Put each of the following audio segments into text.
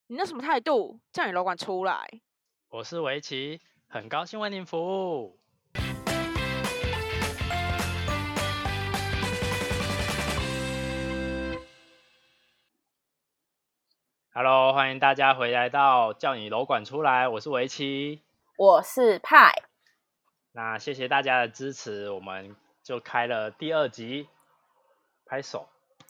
你那什么态度？叫你楼管出来！ 我是围棋，很高兴为您服务。Hello， 欢迎大家回来到叫你楼管出来，我是围棋， 我是派。 那谢谢大家的支持，我们就开了第2集，拍手。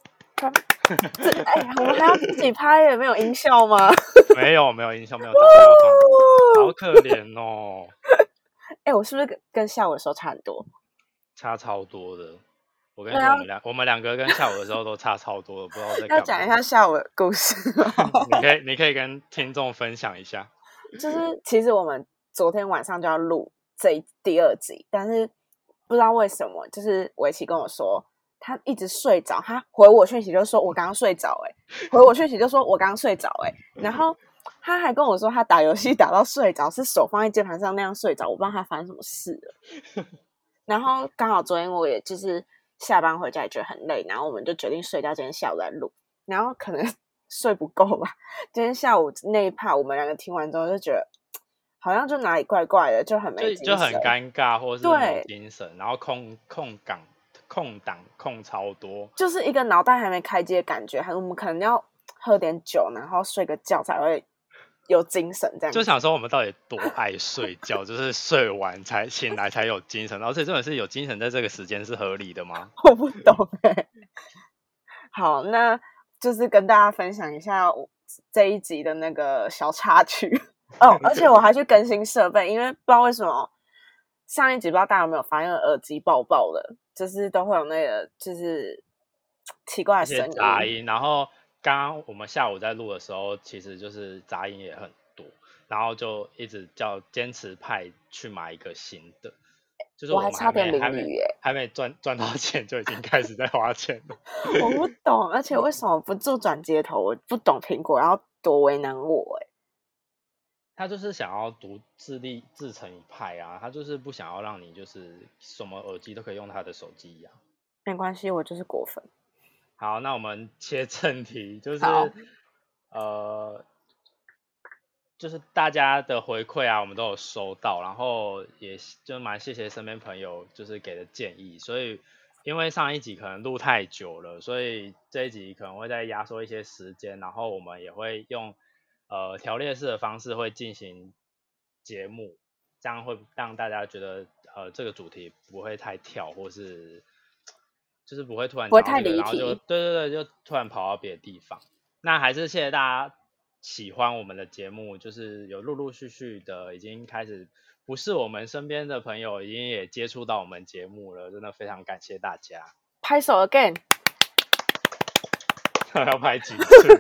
我们还要自己拍耶，没有音效吗？ 没有音效，没有掌声要放，好可怜哦。 我是不是跟下午的时候差很多？ 差超多的。我跟你说，我们两个跟下午的时候都差超多的，不知道在干嘛。 要讲一下下午的故事你可以跟听众分享一下。 就是其实我们昨天晚上就要录第2集，但是不知道为什么，就是围棋跟我说他一直睡着，他回我讯息就说我刚刚睡着回我讯息就说我刚刚睡着然后他还跟我说他打游戏打到睡着，是手放在键盘上那样睡着，我不知道他发生什么事了。然后刚好昨天我也就是下班回家也觉得很累，然后我们就决定睡觉，今天下午再录。然后可能睡不够吧，今天下午那一趴我们两个听完之后就觉得好像就哪里怪怪的，就很没精神， 就很尴尬，或是没有精神，然后空档空超多， 就是一个脑袋还没开机的感觉，我们可能要喝点酒，然后睡个觉才会有精神，这样就想说我们到底多爱睡觉，就是睡完才醒来才有精神，而且真的是有精神在这个时间是合理的吗？ 我不懂好，那就是跟大家分享一下这一集的那个小插曲而且我还去更新设备，因为不知道为什么上一集不知道大家有没有发现耳机爆爆的，就是都会有那个就是奇怪的声音杂音，然后刚刚我们下午在录的时候，其实就是杂音也很多，然后就一直叫坚持派去买一个新的，就是我还差点淋雨还没赚到钱就已经开始在花钱了。 我不懂，而且为什么不做转接头？我不懂苹果，然后多为难我他就是想要自成一派啊，他就是不想要让你就是什么耳机都可以用他的手机一样。 没关系，我就是果粉。 好，那我们切正题，就是就是大家的回馈啊，我们都有收到，然后也就蛮谢谢身边朋友就是给的建议，所以因为上一集可能录太久了，所以这一集可能会再压缩一些时间，然后我们也会用条列式的方式会进行节目，这样会让大家觉得这个主题不会太跳，或是就是不会突然不会太离题， 然后就对，就突然跑到别的地方。那还是谢谢大家喜欢我们的节目，就是有陆陆续续的已经开始，不是我们身边的朋友已经也接触到我们节目了，真的非常感谢大家。 拍手 again， 要拍几次？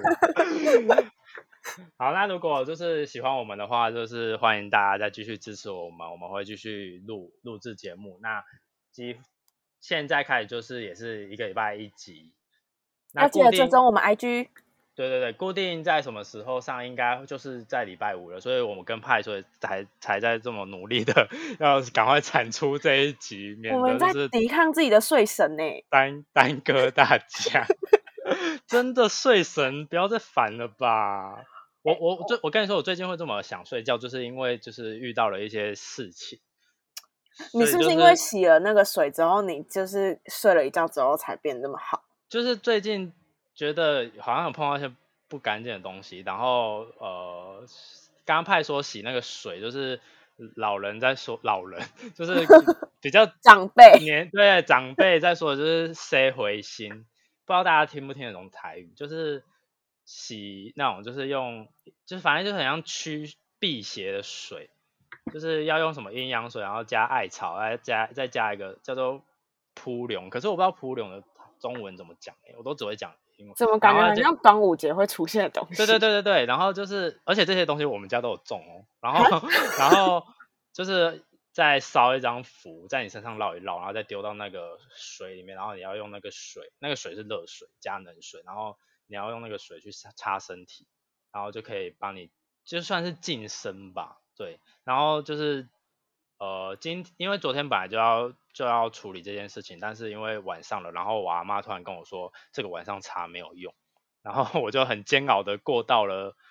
好，那如果就是喜欢我们的话，就是欢迎大家再继续支持我们，我们会继续录制节目。那现在开始就是也是1个礼拜1集， 要记得追踪我们 IG。 对，固定在什么时候上，应该就是在礼拜5了，所以我们跟派所以才在这么努力的要赶快产出这一集，免得就是我们在抵抗自己的睡神耽搁大家。真的睡神不要再烦了吧。我跟你说，我最近会这么想睡觉，就是因为就是遇到了一些事情。 你是不是因为洗了那个水之后，你就是睡了一觉之后才变那么好？ 就是最近觉得好像有碰到一些不干净的东西，然后刚刚派说洗那个水，就是老人在说，就是比较长辈对长辈在说的就是塞回心，不知道大家听不听得懂台语，就是洗那种就是就是反正就是很像辟邪的水，就是要用什么阴阳水，然后加艾草，再加一个叫做扑龙，可是我不知道扑龙的中文怎么讲我都只会讲英文。 怎么感觉很像端午节会出现的东西？ 对，然后就是而且这些东西我们家都有种然后就是再烧一张符在你身上绕一绕，然后再丢到那个水里面，然后你要用那个水是热水加冷水，然后你要用那个水去擦身体，然后就可以帮你就算是净身吧。对，然后就是因为昨天本来就要处理这件事情，但是因为晚上了，然后我阿妈突然跟我说这个晚上擦没有用，然后我就很煎熬的过到了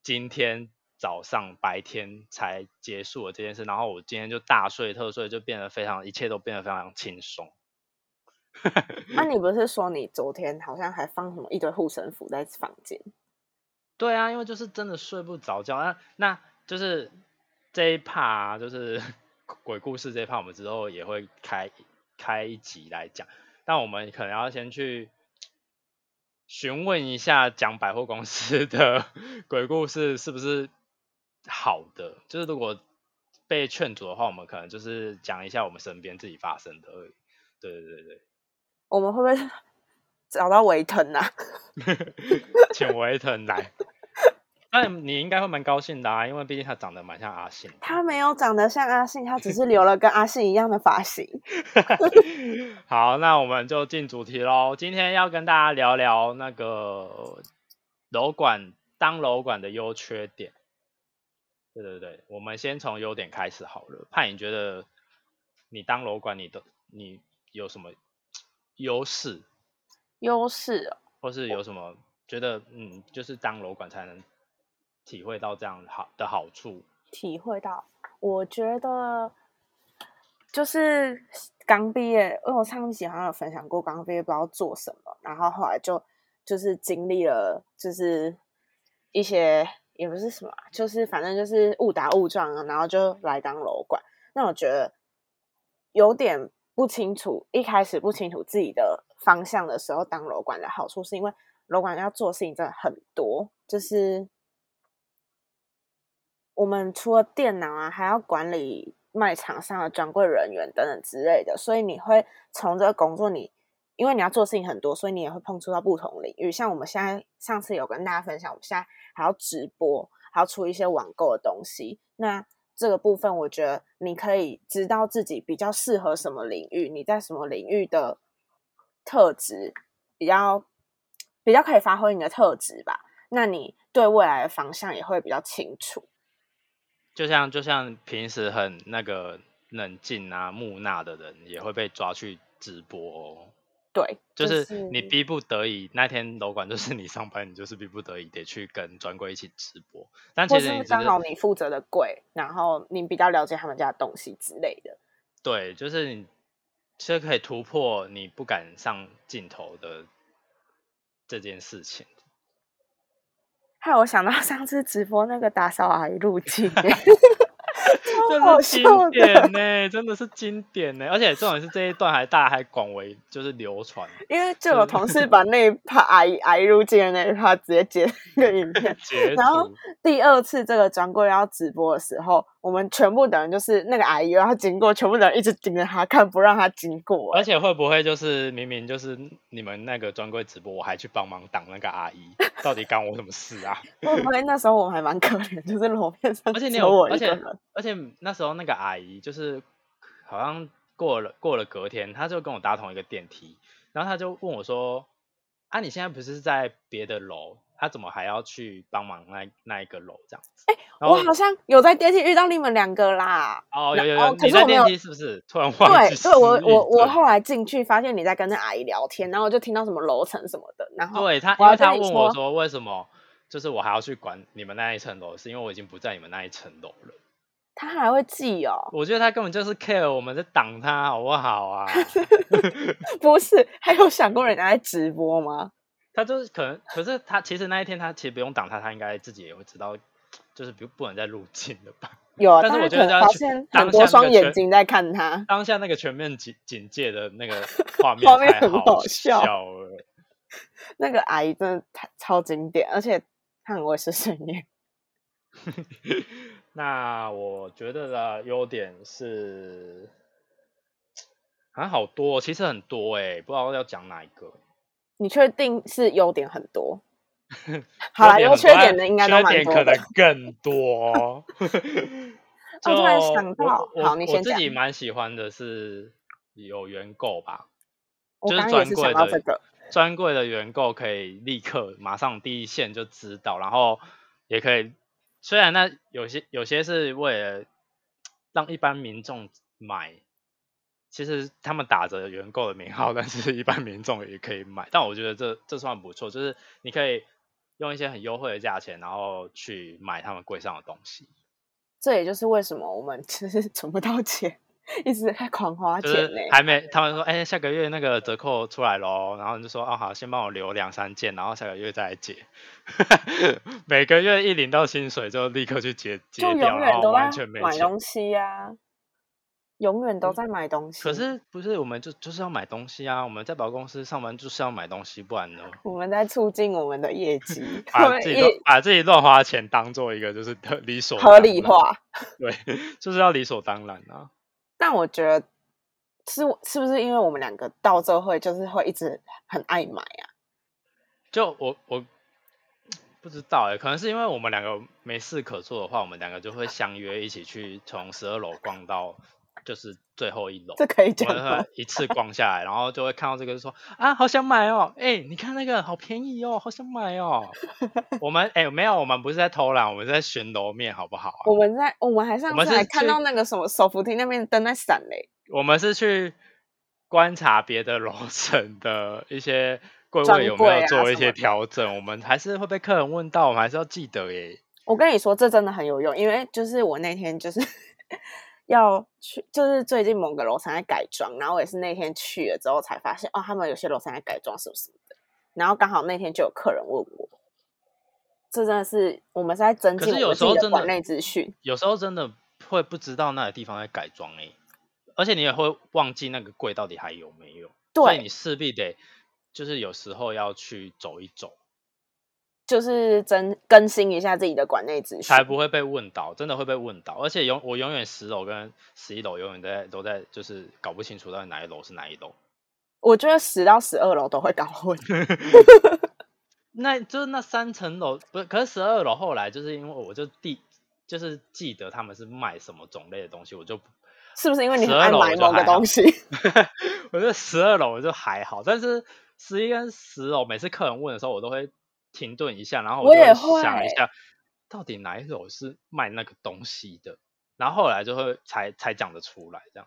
今天早上白天才结束了这件事，然后我今天就大睡特睡，就变得一切都变得非常轻松。 啊，你不是说你昨天好像还放什么一堆护身符在房间？ 对啊，因为就是真的睡不着觉，那就是这一趴啊，就是鬼故事这一趴，我们之后也会开一集来讲，但我们可能要先去询问一下讲百货公司的鬼故事是不是好的，就是如果被劝阻的话，我们可能就是讲一下我们身边自己发生的而已。对对对对， 我们会不会找到维腾啊？ 请维腾来。那你应该会蛮高兴的啊，因为毕竟他长得蛮像阿信。 他没有长得像阿信，他只是留了跟阿信一样的发型。 好，那我们就进主题咯。今天要跟大家聊聊那个当楼管的优缺点。对对对，我们先从优点开始好了。派，你觉得你当楼管你有什么优势？ 优势哦， 或是有什么觉得就是当楼管才能体会到这样的好处？ 体会到，我觉得就是刚毕业，因为我上集好像有分享过，刚毕业不知道做什么，然后后来就是经历了就是一些也不是什么啊，就是反正就是误打误撞啊，然后就来当楼管。那我觉得有点不清楚，一开始不清楚自己的方向的时候，当楼管的好处是因为楼管要做的事情真的很多，就是我们除了电脑啊，还要管理卖场上的专柜人员等等之类的，所以你会从这个工作因为你要做的事情很多，所以你也会碰触到不同领域。像我们现在上次有跟大家分享，我们现在还要直播，还要出一些网购的东西。那这个部分，我觉得你可以知道自己比较适合什么领域，你在什么领域的特质比较可以发挥你的特质吧。那你对未来的方向也会比较清楚。 就像平时很那个冷静啊木讷的人，也会被抓去直播哦。 对， 就是你逼不得已，那天楼管就是你上班，你就是逼不得已得去跟专柜一起直播。但其实或是刚好你负责的柜，然后你比较了解他们家的东西之类的。 对，就是你其实可以突破你不敢上镜头的这件事情。 害我想到上次直播那个打扫阿姨入镜， 这是经典呢，真的是经典呢，而且重点是这一段大家还广为就是流传， 因为就有同事把那一趴阿姨入镜的那一趴直接截那个影片，然后第二次这个专柜要直播的时候，我们全部的人就是那个阿姨要经过，全部的人一直盯着她看，不让她经过。 而且会不会就是明明就是你们那个专柜直播，我还去帮忙挡那个阿姨，到底干我什么事啊？ 会不会那时候我们还蛮可怜，就是楼面上只有我一个人， 而且那时候那个阿姨就是好像过了隔天，她就跟我搭同一个电梯，然后她就问我说：“啊，你现在不是在别的楼，她怎么还要去帮忙那一个楼这样子？” 我好像有在电梯遇到你们两个啦。 哦，有，你在电梯是不是？突然忘记。 对，我后来进去发现你在跟那阿姨聊天，然后我就听到什么楼层什么的，然后对因为他问我说为什么就是我还要去管你们那一层楼，是因为我已经不在你们那一层楼了。 他还会记哦？ 我觉得他根本就是 care 我们在挡他，好不好啊？ 不是，还有想过人家在直播吗？ 他就是可是他其实那一天他其实不用挡他应该自己也会知道，就是不能再入镜了吧？ 有， 但是我觉得发现很多双眼睛在看他， 当下那个全面警戒的那个画面太好笑了。 那个阿姨真的超经典，而且她很会碎碎念。 那我觉得的优点是好像好多，其实很多不知道要讲哪一个。 你确定是优点很多？好啦，有缺点的应该都蛮多的， 缺点可能更多。 我突然想到，好，你先讲。我自己蛮喜欢的是有原购吧， 就是专柜的原购可以立刻马上第一线就知道，然后也可以，虽然那有些是为了让一般民众买，其实他们打着原购的名号，但是一般民众也可以买，但我觉得这算不错，就是你可以用一些很优惠的价钱，然后去买他们柜上的东西。 这也就是为什么我们其实存不到钱，一直在狂花就钱呢、 是还没，他们说，哎、下个月那个折扣出来咯，然后你就说，哦好，先帮我留2-3件，然后下个月再来结。每个月一领到薪水就立刻去结就掉，然后永远都在完全没钱。 买东西啊，永远都在买东西。 可是不是我们就是要买东西啊？我们在保公司上班就是要买东西，不然呢？ 我们在促进我们的业绩，我把们自己乱花钱当做一个就是理所合理化。 对，就是要理所当然啊。 但我觉得是不是因为我们两个到这会就是会一直很爱买啊？ 就我不知道可能是因为我们两个没事可做的话，我们两个就会相约一起去从12楼逛到就是最后1楼。 这可以我们讲吗？ 会一次逛下来，然后就会看到这个就说啊，好想买哦，你看那个好便宜哦，好想买哦。我们没有，我们不是在偷懒，我们是在巡楼面，好不好啊？ 我们还上次还看到那个什么手扶梯那边灯在闪嘞。 我们是去观察别的楼层的一些柜位有没有做一些调整，我们还是会被客人问到，我们还是要记得耶。 我跟你说，这真的很有用，因为就是我那天就是要去，就是最近某个楼层在改装，然后我也是那天去了之后才发现，哦，他们有些楼层在改装什么什么的，然后刚好那天就有客人问我，这真的是我们是在增进我们自己的馆内资讯。 有时候真的会不知道那个地方在改装而且你也会忘记那个柜到底还有没有，所以你势必得就是有时候要去走一走， 就是更新一下自己的馆内资讯， 才不会被问到，真的会被问到。而且我永远10楼跟11楼永远都在就是搞不清楚到底哪一楼是哪一楼。 我觉得10到12楼都会搞混。 那就是那3层楼，不是，可是12楼后来就是因为我就是记得他们是卖什么种类的东西，我就是不是因为你很爱买某个东西？ 我觉得12楼就还好，但是11跟10楼每次客人问的时候，我都会停顿一下，然后我就会想一下，到底哪一楼是卖那个东西的，然后后来就会才讲得出来这样。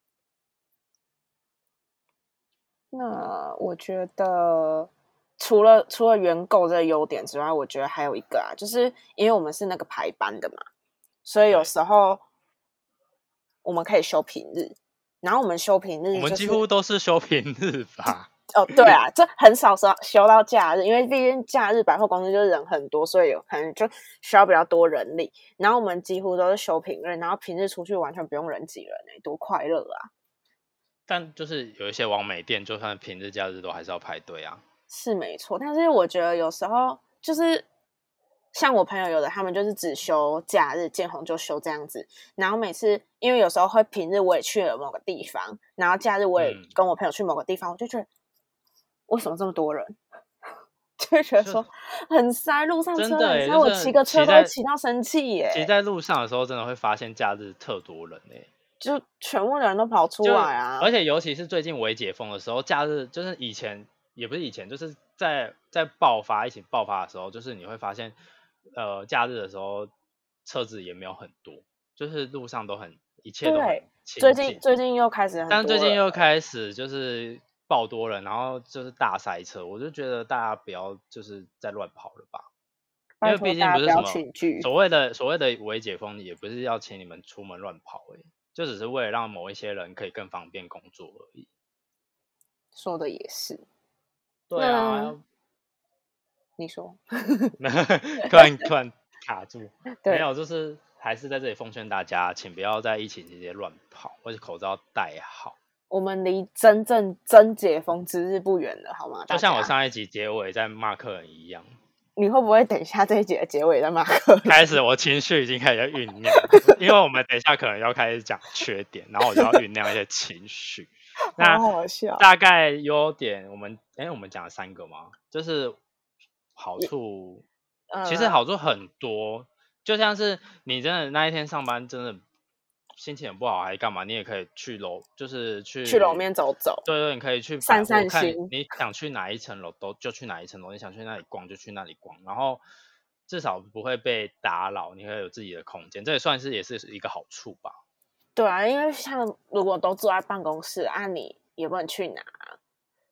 那我觉得除了原购这个优点之外，我觉得还有一个啊，就是因为我们是那个排班的嘛，所以有时候我们可以休平日，然后我们休平日、 我们几乎都是休平日吧。 哦，对啊，这很少休到假日，因为毕竟假日百货公司就是人很多，所以有可能就需要比较多人力。然后我们几乎都是休平日，然后平日出去完全不用人挤人多快乐啊！ 但就是有一些网美店，就算平日假日都还是要排队啊。 是没错，但是我觉得有时候就是像我朋友有的，他们就是只休假日，见红就休这样子。然后每次因为有时候会平日我也去了某个地方，然后假日我也跟我朋友去某个地方，我就觉得为什么这么多人？就会觉得说很塞，路上车很塞，我骑个车都会骑到生气耶。 骑在路上的时候，真的会发现假日特多人就全部的人都跑出来啊！ 而且尤其是最近微解封的时候，假日就是以前也不是以前，就是在一起爆发的时候，就是你会发现，假日的时候车子也没有很多，就是路上一切都很清静。 最近又开始很多人， 但最近又开始就是爆多人，然后就是大塞车，我就觉得大家不要就是再乱跑了吧。因为毕竟不是什么所谓的微解封，也不是要请你们出门乱跑就只是为了让某一些人可以更方便工作而已。 说的也是。 对啊， 你说突然卡住。没有，就是还是在这里奉劝大家，请不要在疫情期间乱跑，或者口罩戴好。 我们离真解封之日不远了，好吗？ 就像我上一集结尾在骂客人一样。 你会不会等一下这一集的结尾在骂客人？ 开始我情绪已经开始酝酿，因为我们等一下可能要开始讲缺点，然后我就要酝酿一些情绪。那好笑。 大概优点，我们讲了3个吗？就是好处，其实好处很多，就像是你真的那一天上班真的心情很不好还是干嘛，你也可以去就是去楼面走走。 对，你可以去散心。 你想去哪一层楼就去哪一层楼，你想去那里逛就去那里逛，然后至少不会被打扰，你会有自己的空间，这也是一个好处吧。 对啊，因为像如果都坐在办公室啊，你也不能去哪，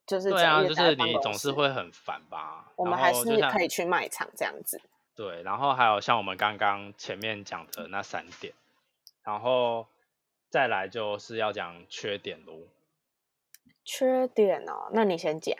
就是对啊， 整日待在就是你办公室， 总是会很烦吧。然我们还后就是像可以去卖场这样子。 对，然后还有像我们刚刚前面讲的那3点，然后再来就是要讲缺点咯。 缺点哦，那你先讲。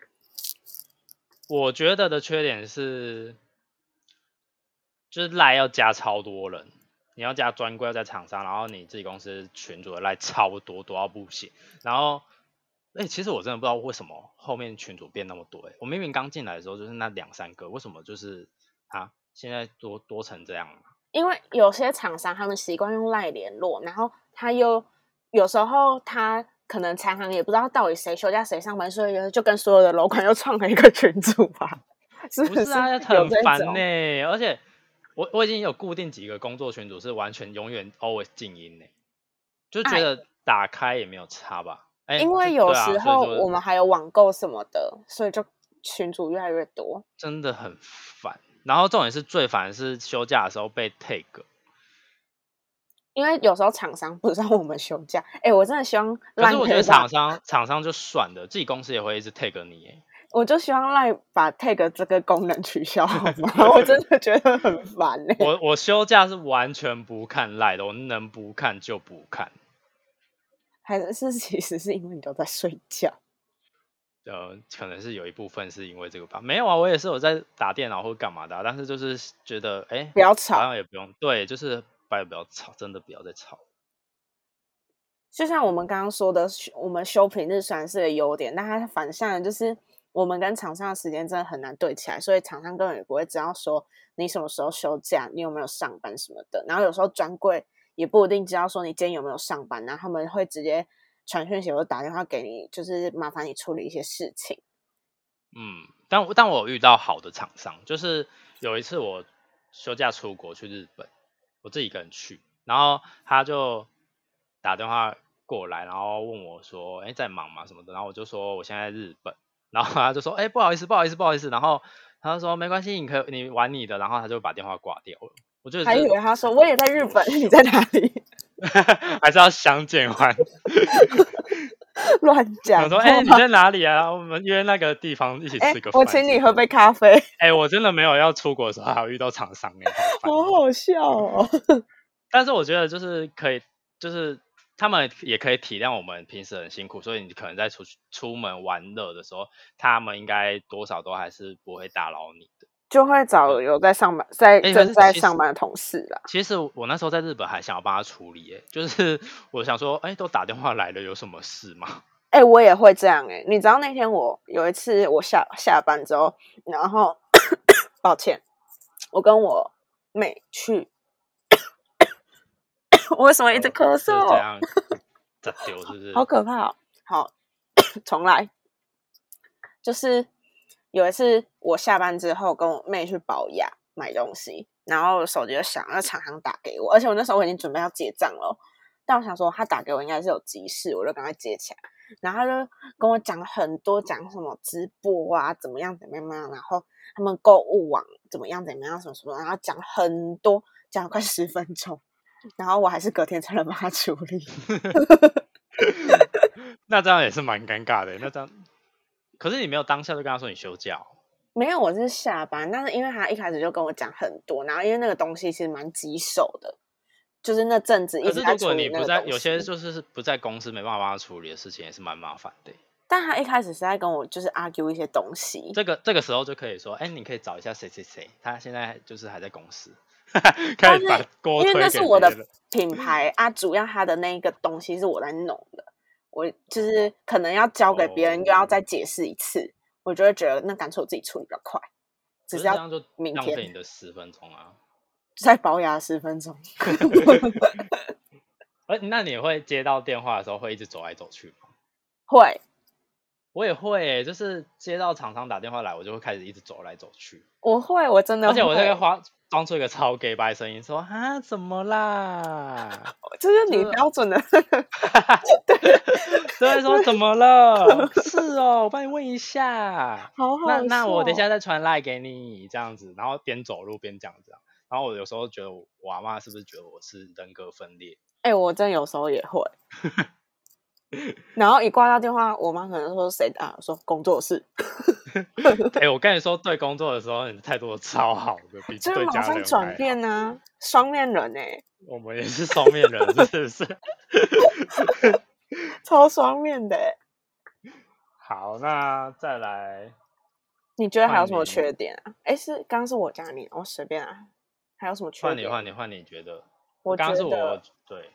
我觉得的缺点是，就是赖要加超多人，你要加专柜，要加厂商，然后你自己公司群组的赖超多，多到不行。然后，其实我真的不知道为什么后面群组变那么多。我明明刚进来的时候就是那2、3个，为什么就是现在多成这样？ 因为有些厂商他们习惯用赖联络，然后他又有时候他可能常常也不知道到底谁休假谁上班，所以就跟所有的楼管又创了一个群组吧。是是不是啊， 有很烦这种？ 而且我已经有固定几个工作群组是完全永远 always 静音就觉哎， 得打开也没有差吧。 因为有对啊， 时所以说候我们还有网购什么的，所以就群组越来越多。 真的很烦。然后重点是最烦的是休假的时候被 take。 因为有时候厂商不让我们休假，我真的希望可是我觉得赖可以把， 厂商就算了，自己公司也会一直 take 你我就希望赖把 tag 这个功能取消好吗？我真的觉得很烦我休假是完全不看赖的，我能不看就不看。 还是其实是因为你都在睡觉。 可能是有一部分是因为这个吧。没有啊，我也是有在打电脑或干嘛的但是就是觉得不要好吵， 像也不用，对，就是拜托不要吵，真的不要再吵。 就像我们刚刚说的，我们休平日虽然是个优点，但它反向的就是我们跟厂商的时间真的很难对起来，所以厂商根本也不会知道说你什么时候休假，你有没有上班什么的。然后有时候专柜也不一定知道说你今天有没有上班，然后他们会直接传讯息或打电话给你，就是麻烦你处理一些事情。 但我有遇到好的厂商，就是有一次我休假出国去日本，我自己一个人去，然后他就打电话过来，然后问我说，在忙吗什么的，然后我就说我现在在日本，然后他就说，不好意思，不好意思，不好意思，然后他就说没关系，你玩你的，然后他就把电话挂掉了。我觉得还以为他说我也在日本，你优秀在哪里？ 还是要相见欢。 乱讲想说， 话。 你在哪里啊？我们约那个地方一起吃个饭。 我请你喝杯咖啡。 我真的没有要出国的时候还有遇到厂商好好笑哦。 但是我觉得就是可以，就是他们也可以体谅我们平时很辛苦，所以你可能在出门玩乐的时候，他们应该多少都还是不会打扰你的。 就会找有在上班、正在上班的同事啦。 其实我那时候在日本还想要帮他处理，就是我想说，都打电话来了，有什么事吗？ 我也会这样你知道那天我有一次我下班之后，然后抱歉，我跟我妹去，我为什么一直咳嗽？ 这样在丢是不是？ 好可怕哦！好，重来。就是有一次我下班之后跟我妹去宝雅买东西，然后手机就响，那厂商打给我，而且我那时候我已经准备要结账了，但我想说他打给我应该是有急事，我就赶快接起来。然后他就跟我讲很多，讲什么直播啊，怎么样怎么样，然后他们购物网怎么样怎么样什么什么，然后讲很多，讲了快10分钟，然后我还是隔天才能帮他处理。 那这样也是蛮尴尬的。那这样，可是你没有当下就跟他说你休假没有，我是下班，但是因为他一开始就跟我讲很多，然后因为那个东西其实蛮棘手的，就是那阵子一直在处理那个东西。可是如果你不在， 有些就是不在公司没办法帮他处理的事情，也是蛮麻烦的。 但他一开始是在跟我就是 argue 一些东西， 这个时候就可以说，你可以找一下谁谁谁，他现在就是还在公司，可以把锅推给别人。 因为那是我的品牌啊，主要他的那个东西是我在弄的，我就是可能要交给别人，又要再解释一次，我就会觉得那干脆我自己处理比较快，只是要这样就浪费你的10分钟啊， 再保养10分钟。 那你会接到电话的时候会一直走来走去吗？ 会。 我也会就是接到厂商打电话来，我就会开始一直走来走去。 我会，我真的会， 而且我那个装出一个超 gay 白声音说怎么啦？ 就是你标准的对，说怎么了？是哦，我帮你问一下。 好好那我等一下再传赖给你，这样子，然后边走路边讲这样。然后我有时候觉得我阿嬷是不是觉得我是人格分裂？ 我真的有时候也会。 然后一挂掉电话，我妈可能说谁打，说工作室， 我跟你说，对工作的时候，你态度超好的，比就是马对家上转人还好。 变啊，双面人我们也是双面人，是不是？ 超双面的。 好，那再来， 你觉得还有什么换你， 缺点啊？刚刚是我讲你，我随便啊。还有什么缺点？ 换你觉得？ 我刚刚是觉得， 对，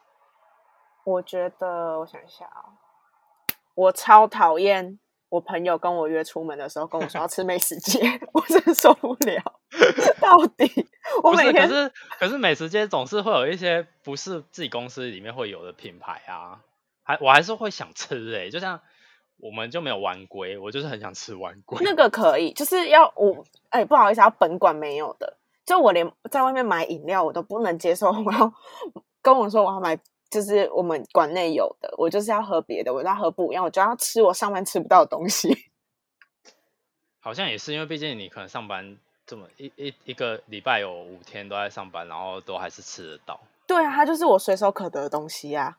我想一下啊，我超讨厌我朋友跟我约出门的时候跟我说要吃美食街，我真的受不了。到底我不是， 每天可是美食街总是会有一些不是自己公司里面会有的品牌啊，我还是会想吃就像我们就没有丸龟，我就是很想吃丸龟。 那个可以，就是不好意思，要本馆没有的，就我连在外面买饮料我都不能接受，我要跟我说我要买，就是我们馆内有的，我就是要喝别的，我要喝不一样，我就要吃我上班吃不到的东西。 好像也是因为毕竟你可能上班这么一个礼拜有5天都在上班，然后都还是吃得到。 对啊，它就是我随手可得的东西啊。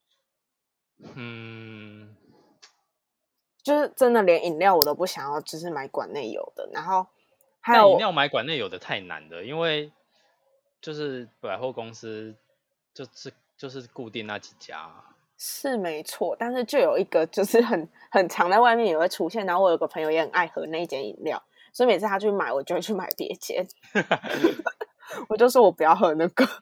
就是真的连饮料我都不想要，就是买馆内有的。然后还有但饮料买馆内有的太难了，因为就是百货公司就是固定那几家。 是没错，但是就有一个就是很常在外面也会出现。然后我有个朋友也很爱喝那一间饮料，所以每次他去买，我就会去买别间。我就说我不要喝那个。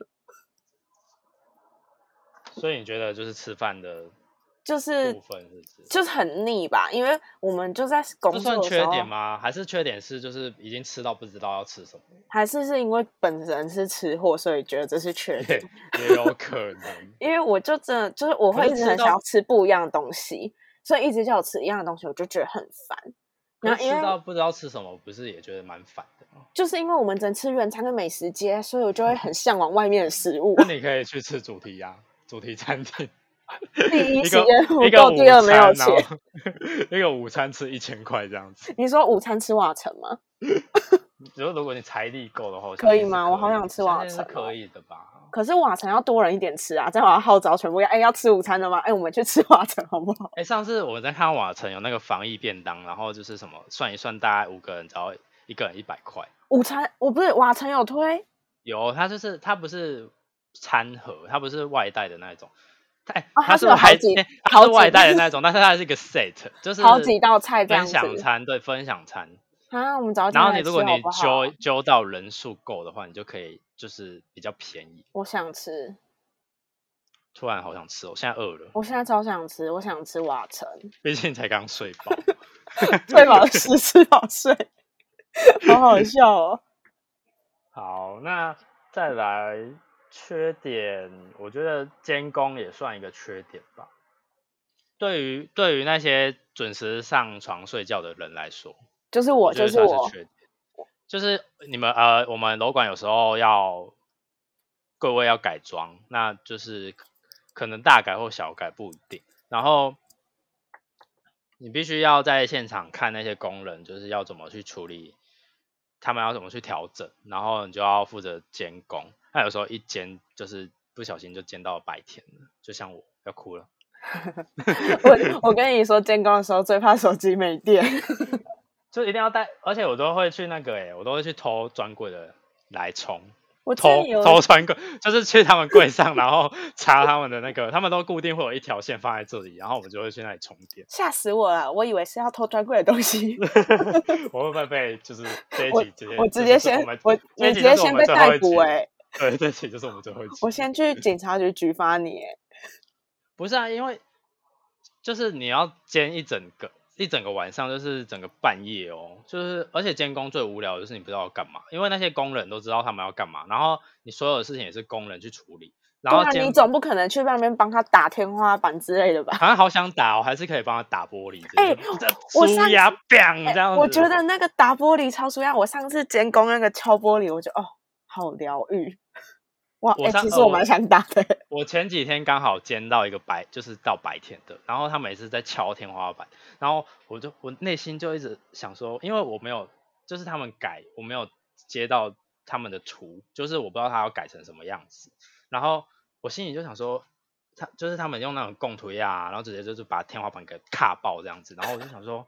所以你觉得就是吃饭的就是部分是不是？ 就是很腻吧，因为我们就在工这算缺作的时候， 点吗？还是缺点是就是已经吃到不知道要吃什么？ 还是因为本人是吃货，所以觉得这是缺点。 也有可能。 因为我就真的就是我会一直很想要吃不一样的东西，所以一直叫我吃一样的东西，我就觉得很烦。然后因为吃到不知道吃什么，不是也觉得蛮烦的吗？ 就是因为我们只能吃原餐跟美食街，所以我就会很向往外面的食物。 那你可以去吃主题餐厅。 第一一时间不够， 个午第二没有钱。 餐，一个午餐吃1000块这样子。 你说午餐吃瓦城吗？ 如果你财力够的话， 可以吗？我好想吃瓦城是可以的吧？ 可是瓦城要多人一点吃啊，这样我要号召全部要吃午餐的吗？我们去吃瓦城好不好？ 上次我在看瓦城有那个防疫便当，然后就是什么算一算，大概5个人只要一个人100块。 午餐我不是瓦城有推， 有，它不是餐盒，它不是外带的那种。 它是它是外带的那种，但是它是一个 set， 就是好几道菜这样子。 分享餐，对，分享餐。 我们早然后如果点来吃好不好？ 揪到人数够的话，你就可以就是比较便宜。 我想吃， 突然好想吃，我现在饿了。 我现在超想吃，我想吃瓦城。 毕竟才刚睡饱。 睡饱吃饱睡，好好笑哦。 好，那再来缺点，我觉得监工也算一个缺点吧。对于那些准时上床睡觉的人来说， 就是我觉得算是我， 缺点。就是你们我们楼管有时候柜位要改装，那就是可能大改或小改不一定。然后你必须要在现场看那些工人，就是要怎么去处理，他们要怎么去调整，然后你就要负责监工。那有时候一监就是不小心就监到白天了，就像我要哭了。 我跟你说，监工的时候最怕手机没电。 就一定要带，而且我都会去我都会去偷专柜的来充。 我偷专柜，就是去他们柜上，然后插他们的那个，他们都固定会有一条线放在这里，然后我们就会去那里充电。 吓死我了，我以为是要偷专柜的东西。 我会不会被就是这一集我直接先你直接先被逮捕对，这期就是我们最后一集。 我先去警察局举发你不是啊，因为就是你要监一整个晚上，就是整个半夜哦，就是而且监工最无聊的就是你不知道要干嘛，因为那些工人都知道他们要干嘛，然后你所有的事情也是工人去处理，然后你总不可能去那边帮他打天花板之类的吧？ 好像好想打，我还是可以帮他打玻璃。 我舒压 bang 这样子。 我觉得那个打玻璃超舒压。我上次监工那个敲玻璃，我就好疗愈。哇，其实我蛮想打的。 我前几天刚好监到一个就是到白天的，然后他每次在敲天花板，然后我内心就一直想说，因为我没有就是他们改，我没有接到他们的图，就是我不知道他要改成什么样子，然后我心里就想说， 他们用那种供推啊，然后直接就是把天花板给卡爆这样子，然后我就想说，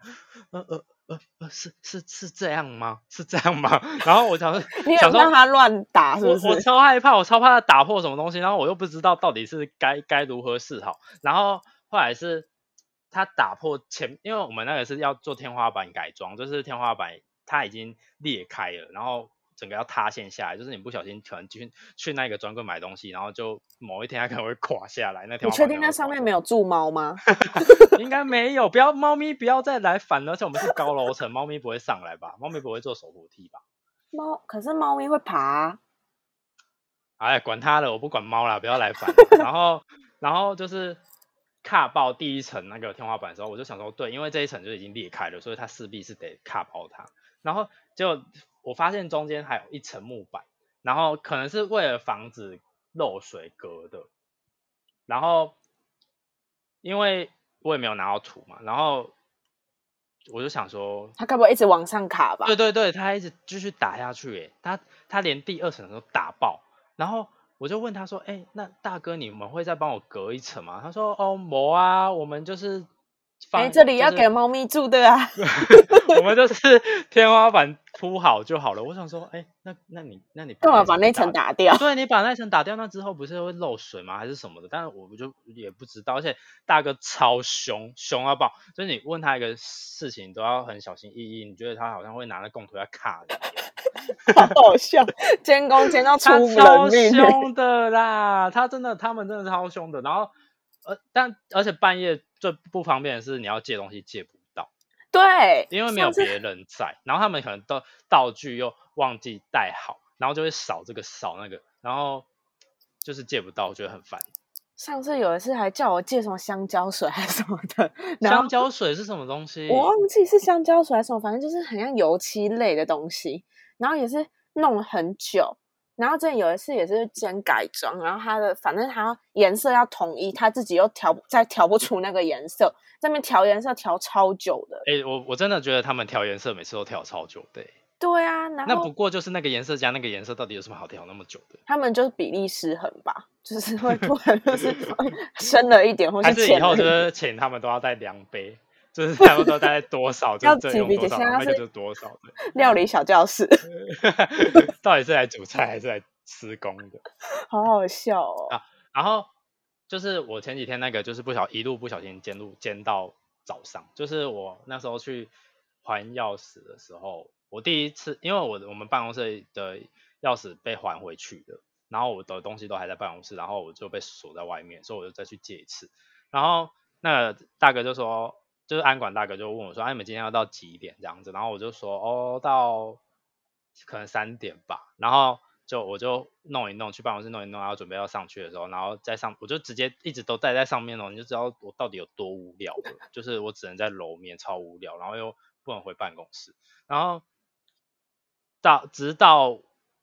是这样吗？是这样吗？然后我想说， 你有让他乱打是不是？ 我超害怕，我超怕他打破什么东西，然后我又不知道到底是该如何是好。然后后来是他打破因为我们那个是要做天花板改装，就是天花板它已经裂开了，然后整个要塌陷下来，就是你不小心可能去那个专柜买东西，然后就某一天它可能会垮下来。那天花板你确定那上面没有住猫吗？ 应该没有，猫咪不要再来烦了，而且我们是高楼层，猫咪不会上来吧？猫咪不会坐手扶梯吧？ 可是猫咪会爬啊。 哎，管它了，我不管猫啦，不要来烦。然后就是卡爆第一层那个天花板的时候，我就想说，对，因为这一层就已经裂开了，所以它势必是得卡爆它。然后结果我发现中间还有一层木板，然后可能是为了防止漏水隔的。然后因为我也没有拿到图嘛，然后我就想说， 它该不会一直往上卡吧？ 对对对，他一直继续打下去，耶，他连第二层都打爆。然后我就问他说，那大哥你们会再帮我隔一层吗？他说，哦，没啊，我们就是这里要给猫咪住的啊。 我们就是天花板铺好就好了。我想说，那你干嘛把那层打掉？ 对，你把那层打掉，那之后不是会漏水吗？还是什么的？但是我就也不知道，而且大哥超凶到爆，就是你问他一个事情都要很小心翼翼，你觉得他好像会拿那供头要卡你。 好好笑，监工监到出人命。 他超凶的啦，他们真的超凶的。然后而且半夜最不方便的是你要借东西借不到， 对， 因为没有别人在，然后他们可能道具又忘记带好，然后就会少这个少那个，然后就是借不到，我觉得很烦。 上次有一次还叫我借什么香蕉水还是什么的， 香蕉水是什么东西？ 我忘记是香蕉水还是什么，反正就是很像油漆类的东西，然后也是弄了很久。然后之前有一次也是兼改装，然后反正它颜色要统一，他自己又调不出那个颜色，在那边调颜色调超久的。 我真的觉得他们调颜色每次都调超久的。 对啊，然后那不过就是那个颜色加那个颜色，到底有什么好调那么久的？ 他们就是比例失衡吧，就是会突然就是深了一点，或是以后就是请他们都要带量杯，就是他们都带多少，就这用多少，那个就是多少的。 料理小教室， 到底是来煮菜还是来施工的？ 好好笑哦！ 然后就是我前几天那个就是一路不小心煎到早上，就是我那时候去还钥匙的时候，我第一次，因为我们办公室的钥匙被还回去的，然后我的东西都还在办公室，然后我就被锁在外面，所以我就再去借一次。然后那个大哥就说，就是安管大哥就问我说，你们今天要到几点这样子？然后我就说，到可能3点吧。然后我就弄一弄，去办公室弄一弄，然后准备要上去的时候，然后我就直接一直都待在上面你就知道我到底有多无聊了，就是我只能在楼面，超无聊，然后又不能回办公室，然后直到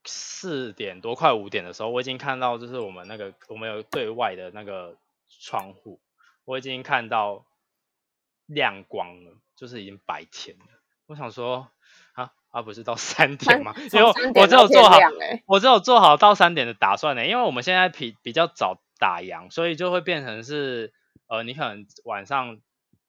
4点多快5点的时候，我已经看到就是我们有对外的那个窗户，我已经看到亮光了，就是已经白天了。我想说不是到3点吗？因为我只有做好到3点的打算因为我们现在比较早打烊，所以就会变成是你可能晚上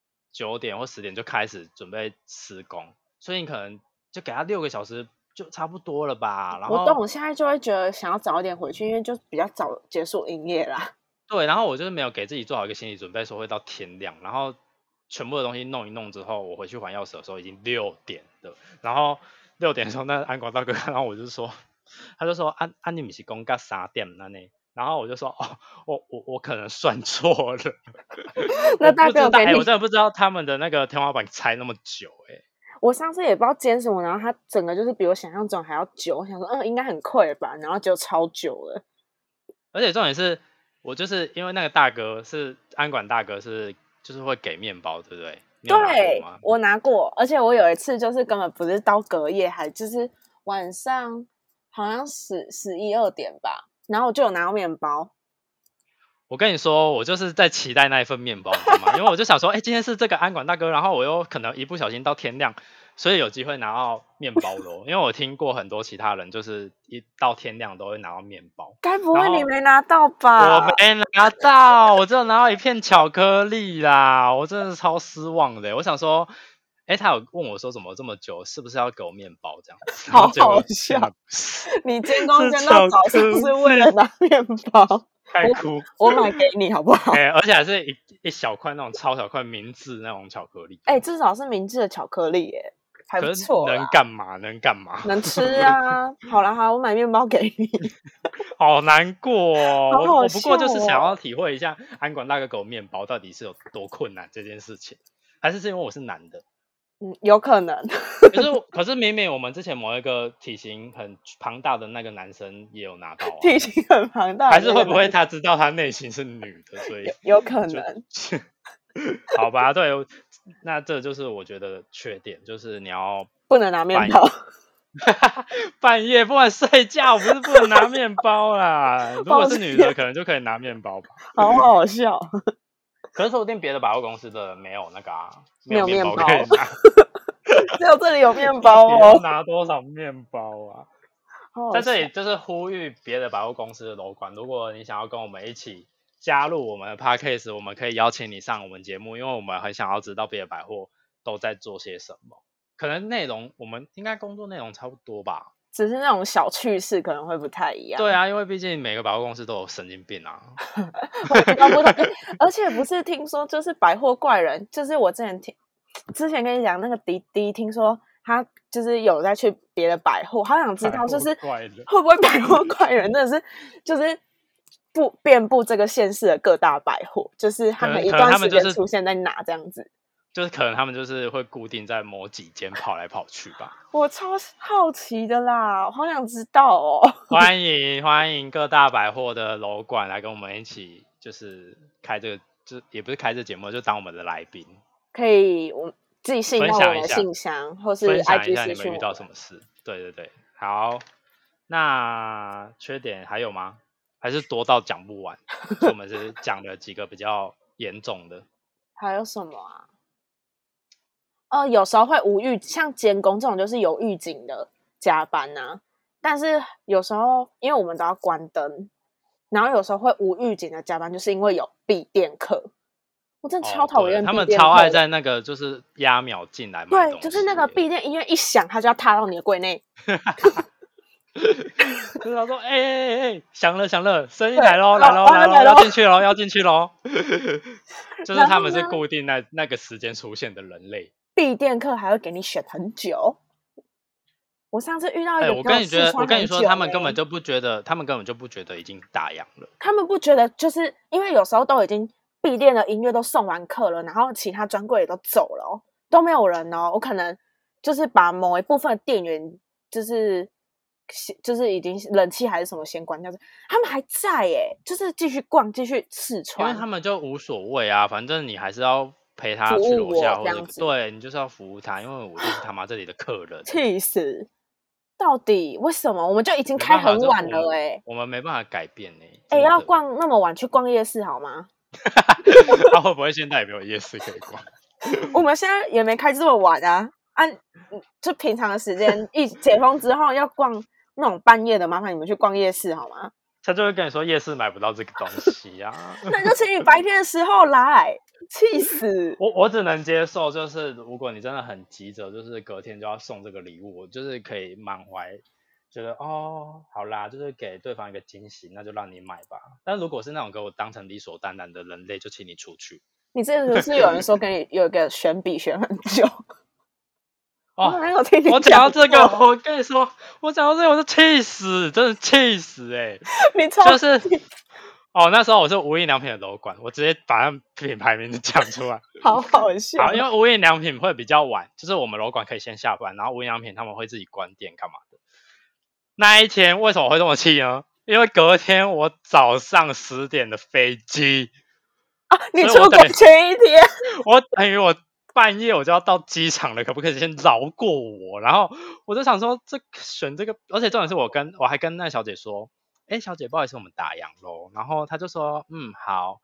9点或10点就开始准备施工，所以你可能就给他6个小时就差不多了吧。然后我懂，我现在就会觉得想要早一点回去，因为就比较早结束营业啦。 对，然后我就是没有给自己做好一个心理准备，说会到天亮，然后全部的东西弄一弄之后，我回去还钥匙的时候已经6点了。然后6点的时候，那安管大哥看到我就说，他就说你不是说到3点了呢？然后我就说我可能算错了。 那大哥我真的不知道他们的那个天花板拆那么久我上次也不知道煎什么，然后它整个就是比我想象中还要久，我想说应该很快吧，然后就超久了。 而且重点是我就是因为那个大哥是安管大哥就是会给面包，对不对？ 对，我拿过，而且我有一次就是根本不是到隔夜，还就是晚上好像11、12点吧，然后我就有拿到面包。 我跟你说，我就是在期待那一份面包，你知道吗？因为我就想说，今天是这个安管大哥，然后我又可能一不小心到天亮， 所以有机会拿到面包咯。因为我听过很多其他人就是一到天亮都会拿到面包。 该不会你没拿到吧？ 我没拿到，我只有拿到一片巧克力啦，我真的是超失望的。我想说，他有问我说怎么这么久，是不是要给我面包这样子？ 好好笑！你监工监到早上是为了拿面包， 太哭！ 我买给你好不好？ 而且还是一小块那种超小块明治那种巧克力。 至少是明治的巧克力耶，还不错。 能干嘛？能干嘛？ 能吃啊！好啦，好，我买面包给你。 好难过哦！ 好好笑哦。 我不过就是想要体会一下安管大哥给我面包到底是有多困难这件事情，还是因为我是男的？ 有可能。 可是明明我们之前某一个体型很庞大的那个男生也有拿到啊。 体型很庞大， 还是会不会他知道他内心是女的，所以有可能。 好吧，对，那这就是我觉得缺点，就是你要不能拿面包。 半夜不能睡觉，不是不能拿面包啦。如果是女的，可能就可以拿面包吧。 好好笑。 可是说不定别的百货公司的没有那个没有面包可以拿， 只有这里有面包哦。 要拿多少面包啊？在这里就是呼吁别的百货公司的楼管，如果你想要跟我们一起加入我们的 podcast， 我们可以邀请你上我们节目，因为我们很想要知道别的百货都在做些什么。可能内容我们应该工作内容差不多吧， 只是那种小趣事可能会不太一样。 对啊，因为毕竟每个百货公司都有神经病啊。 而且不是听说就是百货怪人，就是我之前跟你讲那个迪迪，听说他就是有在去别的百货，好想知道就是会不会百货怪人真的是就是遍布这个县市的各大百货，就是他们一段时间出现在哪这样子。 就是可能他们就是会固定在某几间跑来跑去吧。 我超好奇的啦，我好想知道哦。 欢迎各大百货的楼管来跟我们一起，就是开这个，就也不是开这节目，就当我们的来宾。 可以，我自己信到我的信箱，或是 IG 分享一下你们遇到什么事。对，好。那缺点还有吗？还是多到讲不完？我们是讲了几个比较严重的。 还有什么啊？有时候会无预，像监工这种就是有预警的加班啊。但是有时候因为我们都要关灯，然后有时候会无预警的加班，就是因为有闭店客。我真的超讨厌闭店客， 他们超爱在那个就是压秒进来买东西。 对，就是那个闭店音乐一响，他就要踏到你的柜内。 就是他说响了，生意来咯，要进去咯。就是他们是固定那个时间出现的人类。 闭店客还会给你选很久。我上次遇到一个， 我跟你说，他们根本就不觉得已经打烊了。 他们不觉得，就是因为有时候都已经闭店的音乐都送完课了，然后其他专柜也都走了哦，都没有人哦。我可能就是把某一部分的店员就是已经冷气还是什么先关掉，他们还在耶，就是继续逛继续试穿， 因为他们就无所谓啊，反正你还是要陪他去楼下，或者对你就是要服务他，因为我就是他妈这里的客人。 气死！到底为什么？我们就已经开很晚了我们没办法改变要逛那么晚去逛夜市好吗？ 他会不会现在也没有夜市可以逛？ 我们现在也没开这么晚啊！就平常的时间一解封之后要逛那种半夜的，麻烦你们去逛夜市好吗？ 他就会跟你说夜市买不到这个东西啊。 那就请你白天的时候来，气死！ 我只能接受，就是如果你真的很急着，就是隔天就要送这个礼物，我就是可以满怀觉得好啦，就是给对方一个惊喜，那就让你买吧。但如果是那种给我当成理所当然的人类，就请你出去。 你之前不是有人说跟你有一个选笔选很久？我没有听你我讲到这个，我跟你说，我讲到这个我就气死，真的气死你超就是那时候我是无印良品的楼管，我直接把他品牌名字讲出来， 好好笑。 好，因为无印良品会比较晚，就是我们楼管可以先下班，然后无印良品他们会自己关店干嘛的。那一天为什么我会这么气呢？因为隔天我早上10点的飞机你出国前一天， 我等于我半夜我就要到机场了，可不可以先饶过我？然后我就想说，选这个，而且重点是我还跟那小姐说，小姐不好意思，我们打烊咯。然后她就说，好。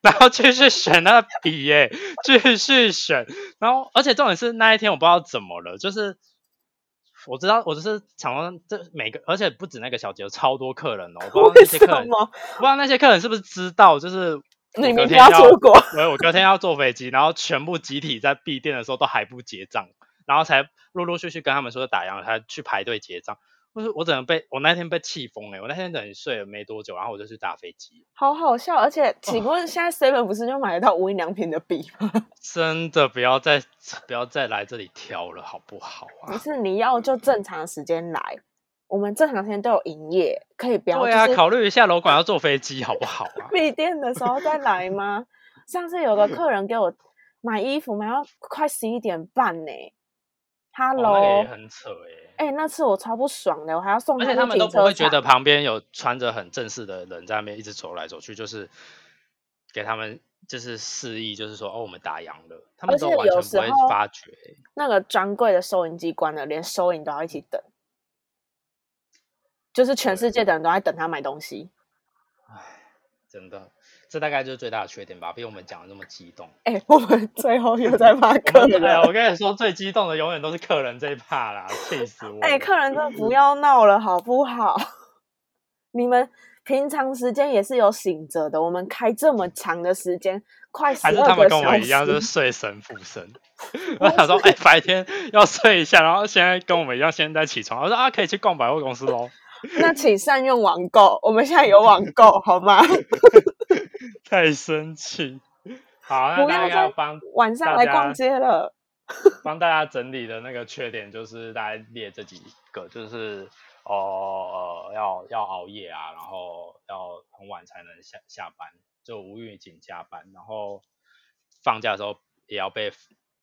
然后继续选那个笔耶，继续选，然后而且重点是那一天我不知道怎么了，就是我知道我就是想说这每个，而且不止那个小姐有超多客人哦，我不知道那些客人，不知道那些客人是不是知道，就是你明天要出国， 我隔天要坐飞机，然后全部集体在闭店的时候都还不结账，然后才陆陆续续跟他们说打烊了，才去排队结账。我整个我那天被气疯我那天等于睡了没多久，然后我就去搭飞机， 好好笑。而且请问现在 Seven 不是就买得到无印良品的笔吗？ 真的不要再来这里挑了好不好啊？ 不是，你要就正常时间来，我们正常时间都有营业，可以不要。 对啊，考虑一下楼管要坐飞机好不好啊？ 闭店的时候再来吗？上次有个客人给我买衣服，买到快11点半呢。Hello， 那个也很扯那次我超不爽的，我还要送而且他们都不会觉得旁边有穿着很正式的人在那边一直走来走去，就是给他们就是示意，就是说我们打烊了，他们都完全不会发觉。 那个专柜的收银机关了，连收银都要一起等，就是全世界的人都在等他买东西。 唉，真的。这大概就是最大的缺点吧，比我们讲的那么激动。 我们最后又在骂客人。 我跟你说，最激动的永远都是客人这一趴啦，气死我！ 客人真的不要闹了，好不好？你们平常时间也是有醒着的，我们开这么长的时间，快12个小时， 还是他们跟我们一样，就是睡神附身。我想说，白天要睡一下，然后现在跟我们一样，现在起床。我说可以去逛百货公司咯。 那请善用网购，我们现在有网购，好吗？ 太生气。好，那大概要帮晚上来逛街了。 帮大家整理的那个缺点就是大概列这几个，就是要熬夜啊，然后要很晚才能下班，就无预警加班，然后放假的时候也要被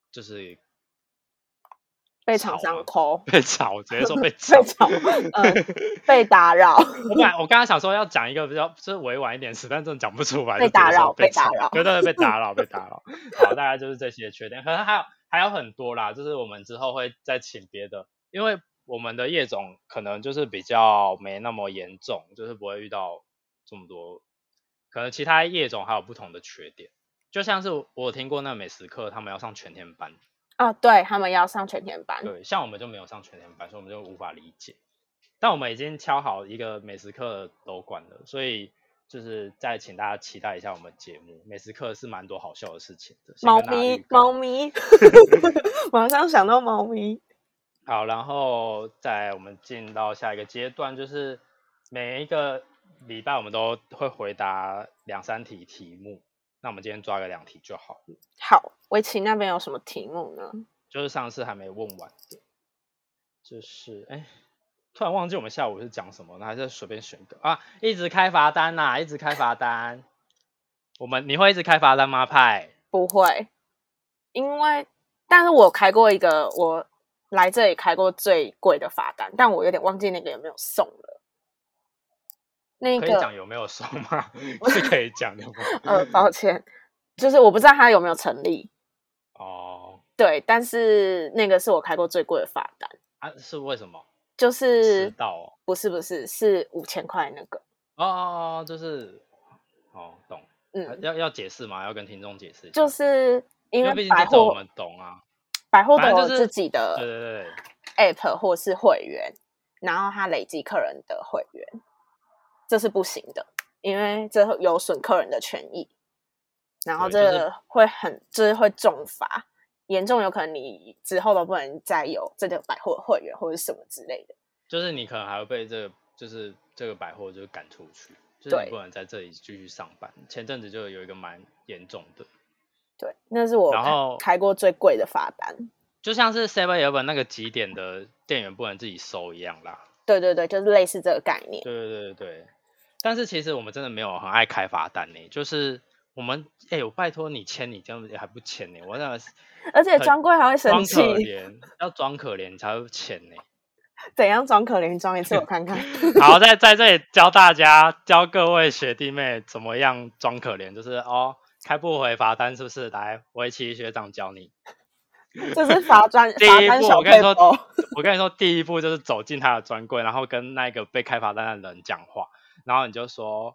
厂商call， 被吵，直接说被吵， 被打扰。 我刚才想说要讲一个比较就是委婉一点词，但真的讲不出来。 被打扰， 对，被打扰。好，大概就是这些缺点，可能还有很多啦，就是我们之后会再请别的，因为我们的业种可能就是比较没那么严重，就是不会遇到这么多，可能其他业种还有不同的缺点，就像是我有听过那美食课他们要上全天班。 对，他们要上全天班。 对，像我们就没有上全天班，所以我们就无法理解。但我们已经敲好一个美食课楼管了，所以就是再请大家期待一下我们节目。美食课是蛮多好笑的事情的。 猫咪，马上想到猫咪。 好，然后再我们进到下一个阶段，就是每一个礼拜我们都会回答2-3题题目。那我们今天抓个2题就好了。 好，围棋那边有什么题目呢？ 就是上次还没问完的，就是突然忘记我们下午是讲什么，那还是随便选个啊，一直开罚单呐，一直开罚单。你会一直开罚单吗？派不会，但是我开过一个，我来这里开过最贵的罚单，但我有点忘记那个有没有送了。那个可以讲有没有送吗？是可以讲的吗？ 抱歉，就是我不知道它有没有成立。对，但是那个是我开过最贵的罚单啊，是为什么？ 就是迟到不是是5000块那个就是懂。要解释吗？要跟听众解释一下。 就是因为毕竟这种我们懂啊， 百货都有自己的对 app 或是会员，然后他累积客人的会员，这是不行的，因为这有损客人的权益，然后这个就是会重罚。严重有可能你之后都不能再有这个百货会员或者什么之类的， 就是你可能还会被这个百货就赶出去，就是你不能在这里继续上班。前阵子就有一个蛮严重的， 对，那是我开过最贵的罚单， 就像是 7-Eleven 那个几点的店员不能自己收一样啦。 对，就是类似这个概念。 对，但是其实我们真的没有很爱开罚单呢，就是我们我拜托你签，你这样还不签呢？我真的是。 而且专柜还会生气， 要装可怜才会钱呢。 怎样装可怜？装一次我看看。 好，在这里教各位学弟妹怎么样装可怜，就是开不回罚单是不是？来，围棋学长教你。 这是罚单小配包。 我跟你说，第一步就是走进他的专柜，然后跟那个被开罚单的人讲话，然后你就说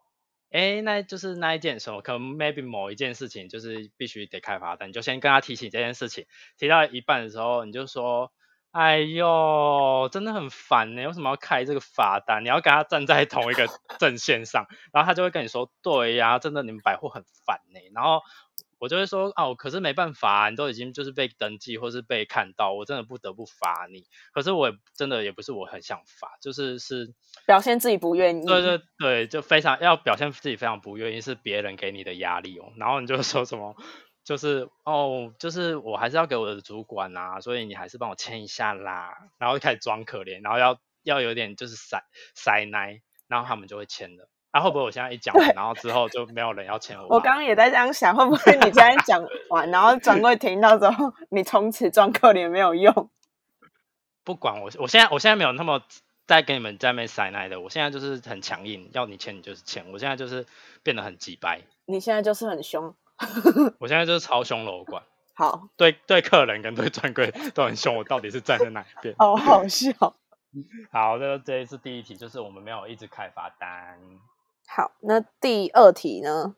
那就是那一件什么，可能 maybe 某一件事情就是必须得开罚单，你就先跟他提起这件事情，提到一半的时候，你就说，哎呦，真的很烦呢，为什么要开这个罚单？你要跟他站在同一个阵线上，然后他就会跟你说，对呀，真的你们百货很烦呢，然后我就会说，哦，可是没办法，你都已经就是被登记或是被看到，我真的不得不罚你。可是我真的也不是我很想罚，是表现自己不愿意。 对对对，就非常要表现自己非常不愿意，是别人给你的压力哦。然后你就说什么，就是就是我还是要给我的主管啊，所以你还是帮我签一下啦。然后就开始装可怜，然后要有点就是塞奶，然后他们就会签了。会不会我现在一讲完，然后之后就没有人要签我？ 我刚刚也在这样想，会不会你现在讲完，然后专柜听到之后，你从此装可怜没有用？ 不管我现在没有那么在跟你们在那边塞奶的，我现在就是很强硬，要你签你就是签，我现在就是变得很鸡掰。 你现在就是很凶， 我现在就是超凶楼管。 好， 对客人跟对专柜都很凶，我到底是站在哪一边？ 好好笑。 好，这一次第一题就是我们没有一直开罚单。 好，那第二题呢？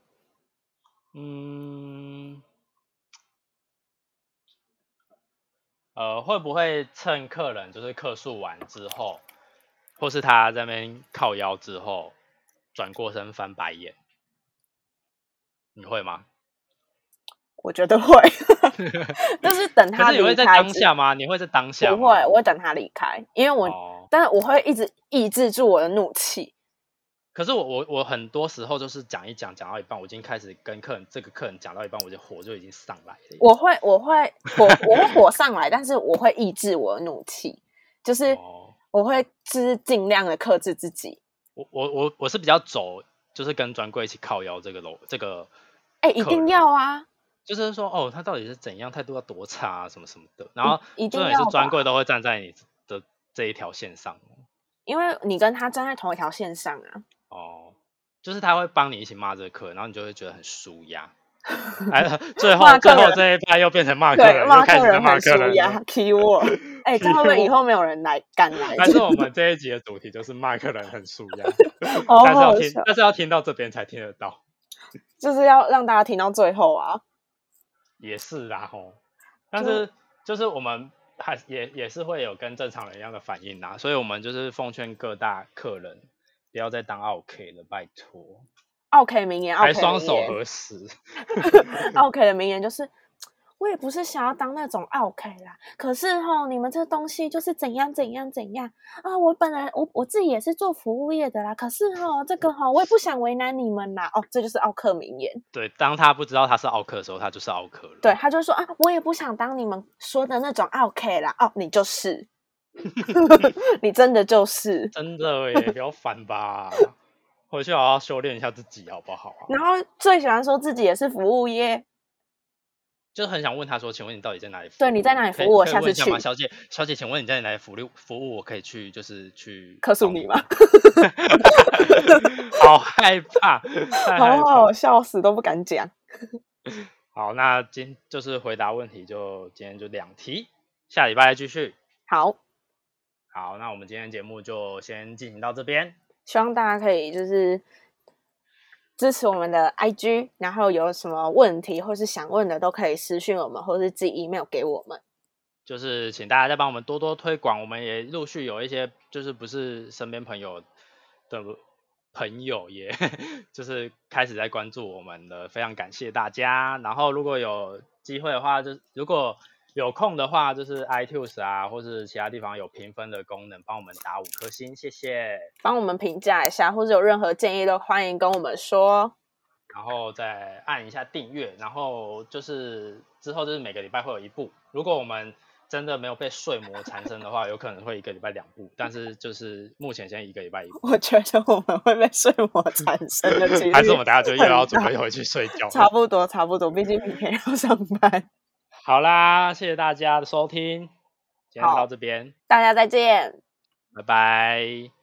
会不会趁客人就是客诉完之后，或是他在那边靠腰之后，转过身翻白眼？你会吗？ 我觉得会，就是等他离开。 可是你会在当下吗？你会在当下吗？ 不会，我会等他离开，因为但是我会一直抑制住我的怒气。 可是我很多时候就是讲到一半，我已经开始跟这个客人讲到一半，我的火就已经上来了。 我会火上来，但是我会抑制我的怒气，就是我会就是尽量的克制自己。 我是比较走，就是跟专柜一起靠腰这个一定要啊！ 就是说他到底是怎样态度要多差啊，什么什么的，然后重点是专柜都会站在你的这一条线上， 因为你跟他站在同一条线上啊。 就是他会帮你一起骂这个客人，然后你就会觉得很舒压。最后这一趴又变成骂客人，又开始骂客人 keyword。这样会不会以后没有人敢来？ 但是我们这一集的主题就是骂客人很舒压，但是要听到这边才听得到， 就是要让大家听到最后啊。 也是啦但是就是我们也是会有跟正常人一样的反应啦，所以我们就是奉劝各大客人不要再当OK 了，拜托。 OK 名言， 还双手合十。 OK 的名言就是，我也不是想要当那种 OK 啦，可是你们这东西就是怎样啊！我本来我自己也是做服务业的啦，可是这个我也不想为难你们啦。这就是奥克名言。 对，当他不知道他是奥克的时候，他就是奥克了。 对，他就说啊，我也不想当你们说的那种 OK 啦。你就是，你真的就是， 真的耶，不要烦吧。回去好好修炼一下自己好不好啊？ 然后最喜欢说自己也是服务业， 就很想问他说，请问你到底在哪里服务？ 对，你在哪里服务？我下次去。 小姐，请问你在哪里服务？我可以去去客诉你吗？ 好害怕， 好笑死，都不敢讲。 好，那就是回答问题，今天就2题，下礼拜再继续。好，那我们今天节目就先进行到这边。 希望大家可以就是支持我们的 IG， 然后有什么问题或是想问的都可以私讯我们，或是寄 email 给我们。 就是请大家再帮我们多多推广，我们也陆续有一些就是不是身边朋友的朋友也就是开始在关注我们的，非常感谢大家。然后如果有机会的话，就如果有空的话，就是 iTunes 啊，或是其他地方有评分的功能，帮我们打5颗星，谢谢。 帮我们评价一下，或者有任何建议都欢迎跟我们说。 然后再按一下订阅，然后就是之后就是每个礼拜会有1部。如果我们真的没有被睡魔缠身的话，有可能会1个礼拜2部，但是就是目前先1个礼拜1部。 我觉得我们会被睡魔缠身的几率还是我们大家就又要准备回去睡觉。 差不多，毕竟明天要上班。 好啦，谢谢大家的收听，今天到这边， 大家再见， 拜拜。